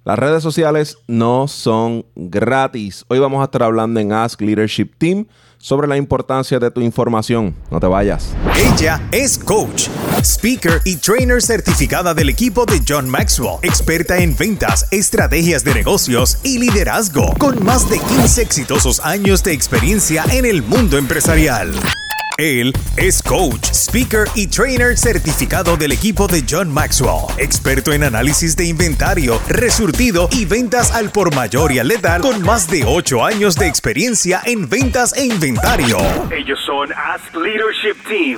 Las redes sociales no son gratis. Hoy vamos a estar hablando en Ask Leadership Team sobre la importancia de tu información. No te vayas. Ella es coach, speaker y trainer certificada del equipo de John Maxwell, experta en ventas, estrategias de negocios y liderazgo, con más de 15 exitosos años de experiencia en el mundo empresarial. Él es coach, speaker y trainer certificado del equipo de John Maxwell, experto en análisis de inventario, resurtido y ventas al por mayor y al letal, con más de 8 años de experiencia en ventas e inventario. Ellos son Ask Leadership Team.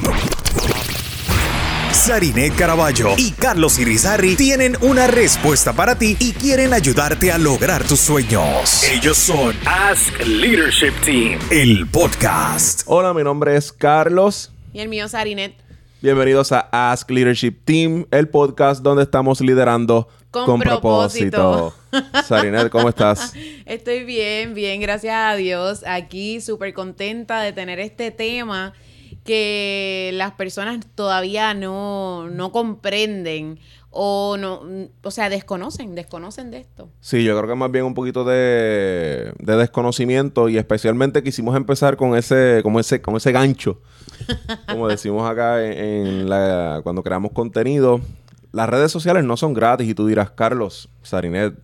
Sarinet Caraballo y Carlos Irizarry tienen una respuesta para ti y quieren ayudarte a lograr tus sueños. Ellos son Ask Leadership Team, el podcast. Hola, mi nombre es Carlos. Y el mío, Sarinet. Bienvenidos a Ask Leadership Team, el podcast donde estamos liderando con propósito. Sarinet, ¿cómo estás? Estoy bien, gracias a Dios. Aquí súper contenta de tener este tema que las personas todavía no comprenden o sea, desconocen de esto. Sí, yo creo que más bien un poquito de desconocimiento, y especialmente quisimos empezar con ese gancho, como decimos acá cuando creamos contenido. Las redes sociales no son gratis y tú dirás, Carlos, Sarinet,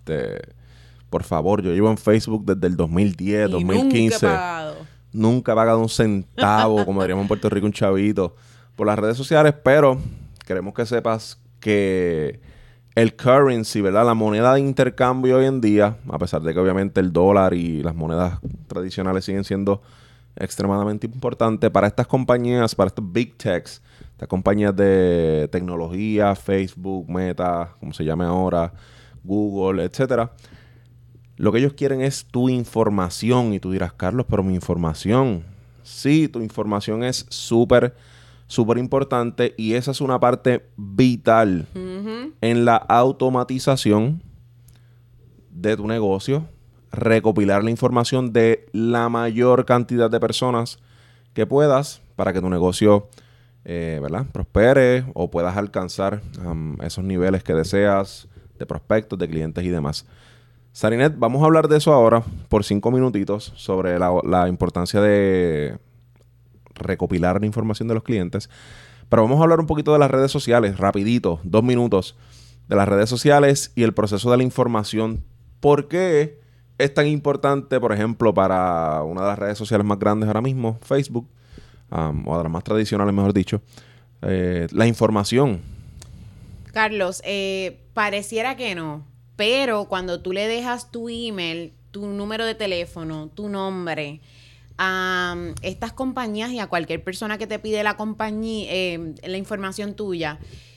por favor, yo llevo en Facebook desde el 2010, 2015. Nunca he pagado un centavo, como diríamos en Puerto Rico, un chavito, por las redes sociales, pero queremos que sepas que el currency, ¿verdad? La moneda de intercambio hoy en día, a pesar de que obviamente el dólar y las monedas tradicionales siguen siendo extremadamente importantes para estas compañías, para estos big techs, estas compañías de tecnología, Facebook, Meta, como se llame ahora, Google, etcétera. Lo que ellos quieren es tu información. Y tú dirás, Carlos, pero mi información. Sí, tu información es súper importante. Y esa es una parte vital en la automatización de tu negocio. Recopilar la información de la mayor cantidad de personas que puedas para que tu negocio ¿verdad? Prospere o puedas alcanzar esos niveles que deseas de prospectos, de clientes y demás. Sarinet, vamos a hablar de eso ahora por 5 minutitos sobre la importancia de recopilar la información de los clientes. Pero vamos a hablar un poquito de las redes sociales, rapidito, 2 minutos, de las redes sociales y el proceso de la información. ¿Por qué es tan importante, por ejemplo, para una de las redes sociales más grandes ahora mismo, Facebook, o de las más tradicionales, mejor dicho, la información? Carlos, pareciera que no. Pero cuando tú le dejas tu email, tu número de teléfono, tu nombre a estas compañías y a cualquier persona que te pide la compañía, la información tuya,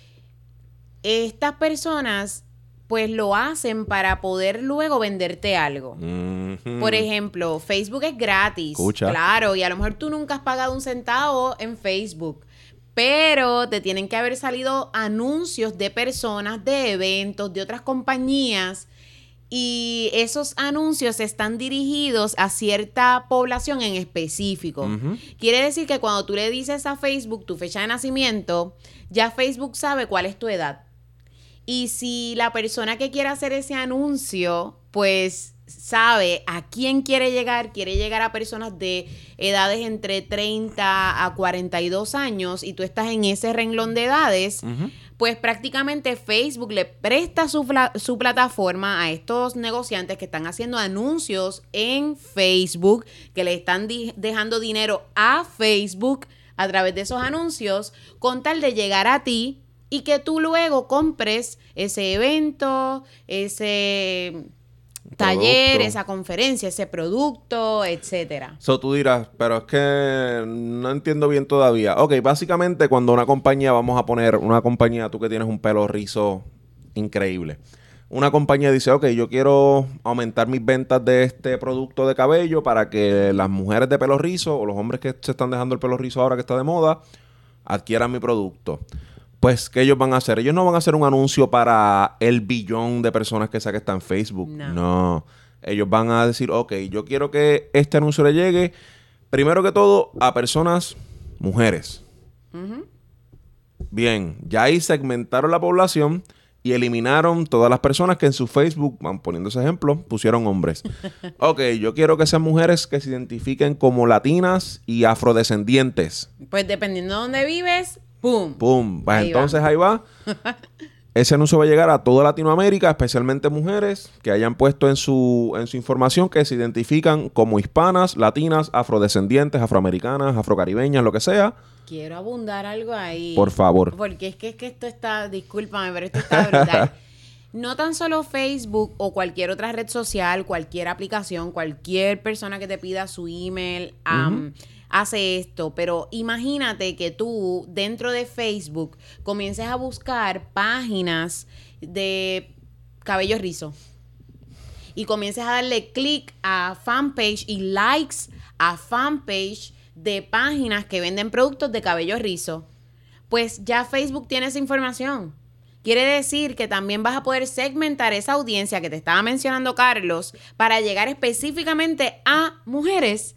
estas personas pues lo hacen para poder luego venderte algo. Mm-hmm. Por ejemplo, Facebook es gratis. Escucha. Claro, y a lo mejor tú nunca has pagado un centavo en Facebook. Pero te tienen que haber salido anuncios de personas, de eventos, de otras compañías. Y esos anuncios están dirigidos a cierta población en específico. Uh-huh. Quiere decir que cuando tú le dices a Facebook tu fecha de nacimiento, ya Facebook sabe cuál es tu edad. Y si la persona que quiere hacer ese anuncio, pues sabe a quién quiere llegar a personas de edades entre 30 a 42 años y tú estás en ese renglón de edades, uh-huh, pues prácticamente Facebook le presta su plataforma a estos negociantes que están haciendo anuncios en Facebook, que le están dejando dinero a Facebook a través de esos anuncios con tal de llegar a ti y que tú luego compres ese evento, ese taller, esa conferencia, ese producto, etcétera. So tú dirás, pero es que no entiendo bien todavía. Ok, básicamente cuando una compañía, vamos a poner una compañía, tú que tienes un pelo rizo increíble. Una compañía dice, ok, yo quiero aumentar mis ventas de este producto de cabello para que las mujeres de pelo rizo o los hombres que se están dejando el pelo rizo ahora que está de moda adquieran mi producto. Pues, ¿qué ellos van a hacer? Ellos no van a hacer un anuncio para el billón de personas que está en Facebook. No. Ellos van a decir, ok, yo quiero que este anuncio le llegue, primero que todo, a personas mujeres. Uh-huh. Bien, ya ahí segmentaron la población y eliminaron todas las personas que en su Facebook, van poniendo ese ejemplo, pusieron hombres. Ok, yo quiero que sean mujeres que se identifiquen como latinas y afrodescendientes. Pues dependiendo de dónde vives, ¡pum! ¡Pum! Pues Ahí entonces va. ahí va. Ese anuncio va a llegar a toda Latinoamérica, especialmente mujeres que hayan puesto en su información que se identifican como hispanas, latinas, afrodescendientes, afroamericanas, afrocaribeñas, lo que sea. Quiero abundar algo ahí. Por favor. Porque es que esto está, discúlpame, pero esto está brutal. No tan solo Facebook o cualquier otra red social, cualquier aplicación, cualquier persona que te pida su email, hace esto, pero imagínate que tú dentro de Facebook comiences a buscar páginas de cabello rizo y comiences a darle clic a fanpage y likes a fanpage de páginas que venden productos de cabello rizo. Pues ya Facebook tiene esa información. Quiere decir que también vas a poder segmentar esa audiencia que te estaba mencionando Carlos para llegar específicamente a mujeres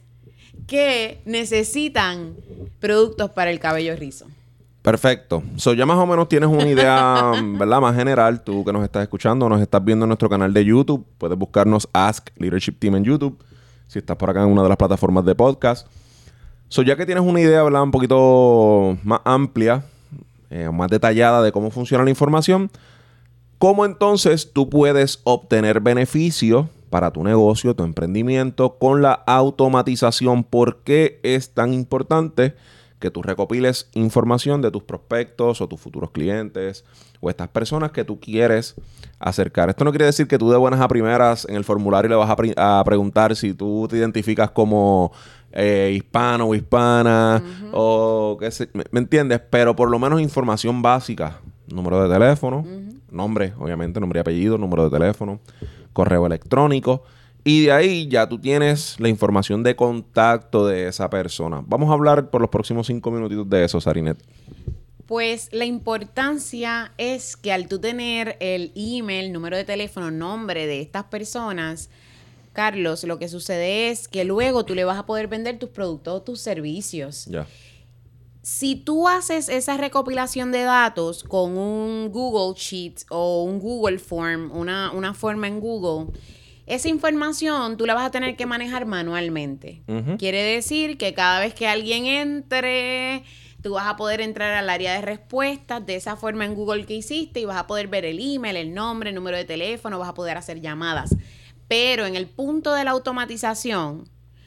que necesitan productos para el cabello rizo. Perfecto. So, ya más o menos tienes una idea, ¿verdad? Más general. Tú que nos estás escuchando, nos estás viendo en nuestro canal de YouTube. Puedes buscarnos Ask Leadership Team en YouTube. Si estás por acá en una de las plataformas de podcast. So, ya que tienes una idea, ¿verdad? Un poquito más amplia, más detallada de cómo funciona la información, ¿cómo entonces tú puedes obtener beneficios para tu negocio, tu emprendimiento, con la automatización? ¿Por qué es tan importante que tú recopiles información de tus prospectos o tus futuros clientes o estas personas que tú quieres acercar? Esto no quiere decir que tú de buenas a primeras en el formulario le vas a preguntar si tú te identificas como hispano o hispana o qué sé, ¿me entiendes? Pero por lo menos información básica. Número de teléfono, nombre, obviamente, nombre y apellido, número de teléfono, correo electrónico. Y de ahí ya tú tienes la información de contacto de esa persona. Vamos a hablar por los próximos 5 minutitos de eso, Sarinet. Pues la importancia es que al tú tener el email, número de teléfono, nombre de estas personas, Carlos, lo que sucede es que luego tú le vas a poder vender tus productos o tus servicios. Ya. Si tú haces esa recopilación de datos con un Google Sheet o un Google Form, una forma en Google, esa información tú la vas a tener que manejar manualmente. Quiere decir que cada vez que alguien entre, tú vas a poder entrar al área de respuestas de esa forma en Google que hiciste y vas a poder ver el email, el nombre, el número de teléfono, vas a poder hacer llamadas. Pero en el punto de la automatización,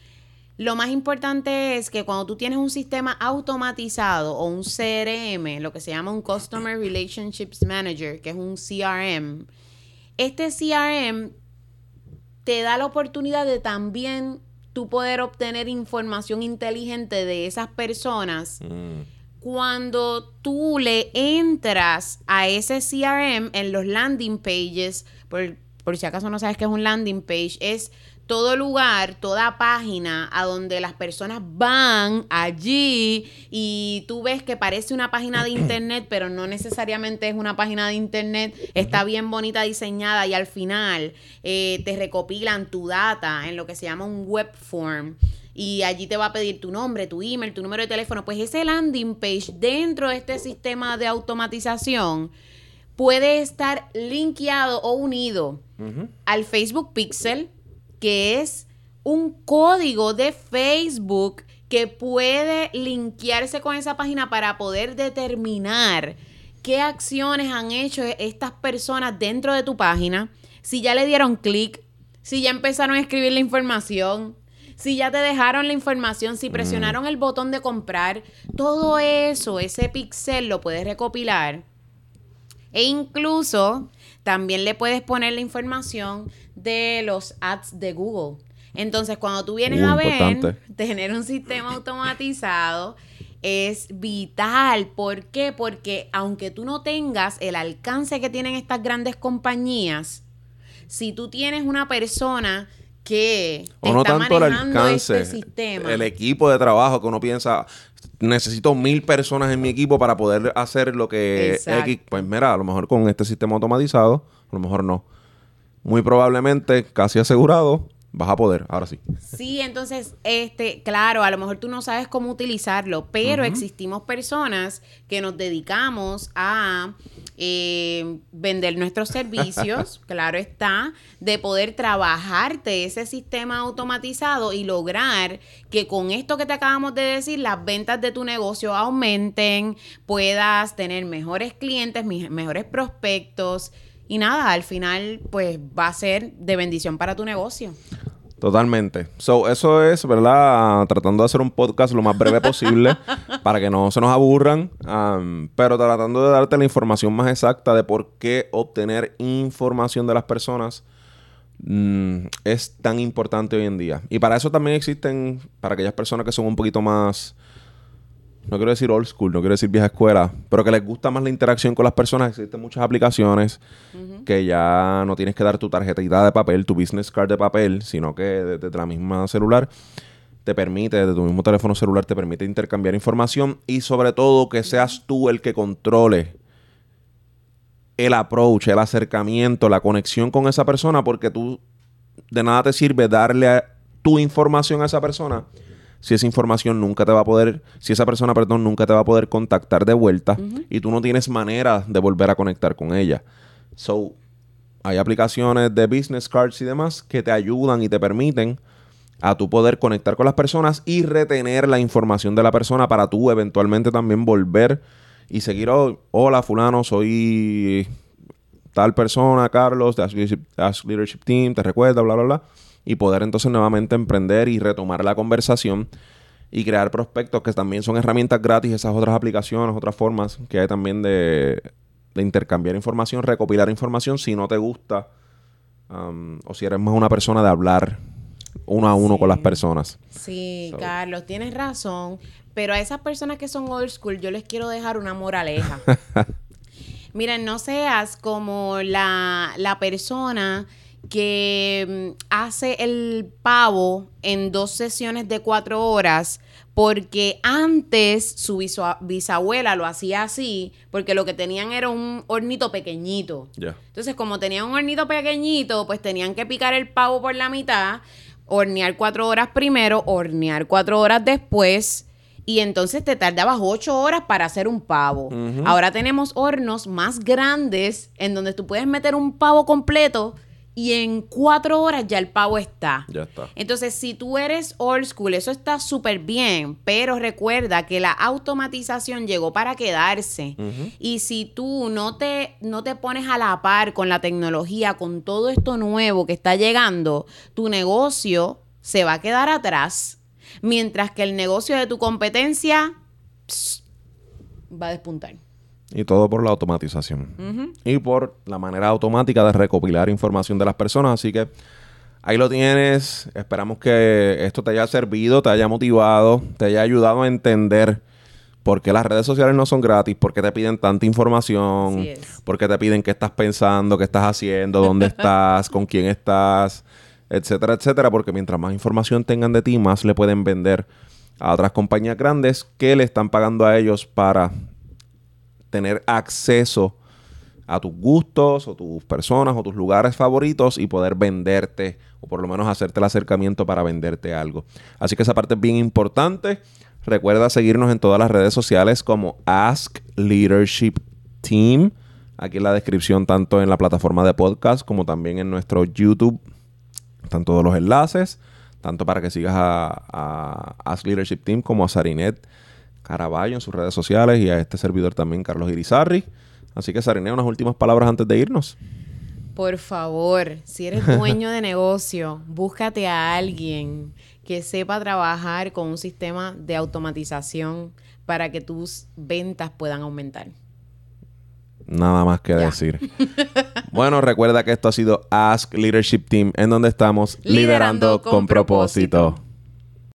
lo más importante es que cuando tú tienes un sistema automatizado o un CRM, lo que se llama un Customer Relationships Manager, que es un CRM, este CRM te da la oportunidad de también tú poder obtener información inteligente de esas personas. Cuando tú le entras a ese CRM en los landing pages, por si acaso no sabes qué es un landing page, es todo lugar, toda página a donde las personas van allí y tú ves que parece una página de internet, pero no necesariamente es una página de internet. Está bien bonita diseñada y al final te recopilan tu data en lo que se llama un web form. Y allí te va a pedir tu nombre, tu email, tu número de teléfono. Pues ese landing page dentro de este sistema de automatización puede estar linkeado o unido al Facebook Pixel, que es un código de Facebook que puede linkearse con esa página para poder determinar qué acciones han hecho estas personas dentro de tu página, si ya le dieron clic, si ya empezaron a escribir la información, si ya te dejaron la información, si presionaron el botón de comprar. Todo eso, ese pixel lo puedes recopilar. E incluso también le puedes poner la información de los ads de Google. Entonces, cuando tú vienes a ver, tener un sistema automatizado es vital. ¿Por qué? Porque aunque tú no tengas el alcance que tienen estas grandes compañías, si tú tienes una persona que te o no está tanto el manejando alcance, este sistema, el equipo de trabajo que uno piensa, necesito 1000 personas en mi equipo para poder hacer lo que X. Pues mira, a lo mejor con este sistema automatizado, a lo mejor no. Muy probablemente, casi asegurado, vas a poder, ahora sí. Sí, entonces, claro, a lo mejor tú no sabes cómo utilizarlo, pero existimos personas que nos dedicamos a vender nuestros servicios, claro está, de poder trabajarte ese sistema automatizado y lograr que con esto que te acabamos de decir, las ventas de tu negocio aumenten, puedas tener mejores clientes, mejores prospectos y nada, al final pues va a ser de bendición para tu negocio. Totalmente. So, eso es, ¿verdad? Tratando de hacer un podcast lo más breve posible para que no se nos aburran, pero tratando de darte la información más exacta de por qué obtener información de las personas es tan importante hoy en día. Y para eso también existen, para aquellas personas que son un poquito más, no quiero decir old school, no quiero decir vieja escuela, pero que les gusta más la interacción con las personas, existen muchas aplicaciones que ya no tienes que dar tu tarjetita de papel, tu business card de papel, sino que desde la misma celular te permite, desde tu mismo teléfono celular te permite intercambiar información y sobre todo que seas tú el que controle el approach, el acercamiento, la conexión con esa persona, porque tú de nada te sirve darle tu información a esa persona si esa información nunca te va a poder, si esa persona, perdón, nunca te va a poder contactar de vuelta y tú no tienes manera de volver a conectar con ella. So, hay aplicaciones de business cards y demás que te ayudan y te permiten a tú poder conectar con las personas y retener la información de la persona para tú eventualmente también volver y seguir, hola fulano, soy tal persona, Carlos, de Ask Leadership Team, te recuerda, bla, bla, bla. Y poder entonces nuevamente emprender y retomar la conversación y crear prospectos, que también son herramientas gratis, esas otras aplicaciones, otras formas que hay también de intercambiar información, recopilar información si no te gusta o si eres más una persona de hablar uno a uno con las personas. Sí, Carlos, tienes razón, pero a esas personas que son old school yo les quiero dejar una moraleja. Miren, no seas como la persona que hace el pavo en 2 sesiones de 4 horas porque antes su bisabuela lo hacía así porque lo que tenían era un hornito pequeñito. Yeah. Entonces, como tenían un hornito pequeñito, pues tenían que picar el pavo por la mitad, hornear 4 horas primero, hornear 4 horas después. Y entonces te tardabas 8 horas para hacer un pavo. Ahora tenemos hornos más grandes en donde tú puedes meter un pavo completo y en 4 horas ya el pavo está. Ya está. Entonces, si tú eres old school, eso está súper bien, pero recuerda que la automatización llegó para quedarse. Y si tú no te pones a la par con la tecnología, con todo esto nuevo que está llegando, tu negocio se va a quedar atrás, mientras que el negocio de tu competencia va a despuntar. Y todo por la automatización. Y por la manera automática de recopilar información de las personas. Así que ahí lo tienes. Esperamos que esto te haya servido, te haya motivado, te haya ayudado a entender por qué las redes sociales no son gratis, por qué te piden tanta información, por qué te piden qué estás pensando, qué estás haciendo, dónde estás, con quién estás, etcétera, etcétera. Porque mientras más información tengan de ti, más le pueden vender a otras compañías grandes que le están pagando a ellos para tener acceso a tus gustos o tus personas o tus lugares favoritos y poder venderte o por lo menos hacerte el acercamiento para venderte algo. Así que esa parte es bien importante. Recuerda seguirnos en todas las redes sociales como Ask Leadership Team. Aquí en la descripción, tanto en la plataforma de podcast como también en nuestro YouTube, están todos los enlaces, tanto para que sigas a Ask Leadership Team como a Sarinet Caraballo en sus redes sociales y a este servidor también, Carlos Irizarry. Así que, Sarinet, unas últimas palabras antes de irnos. Por favor, si eres dueño de negocio, búscate a alguien que sepa trabajar con un sistema de automatización para que tus ventas puedan aumentar. Nada más que decir. Bueno, recuerda que esto ha sido Ask Leadership Team, en donde estamos liderando con propósito.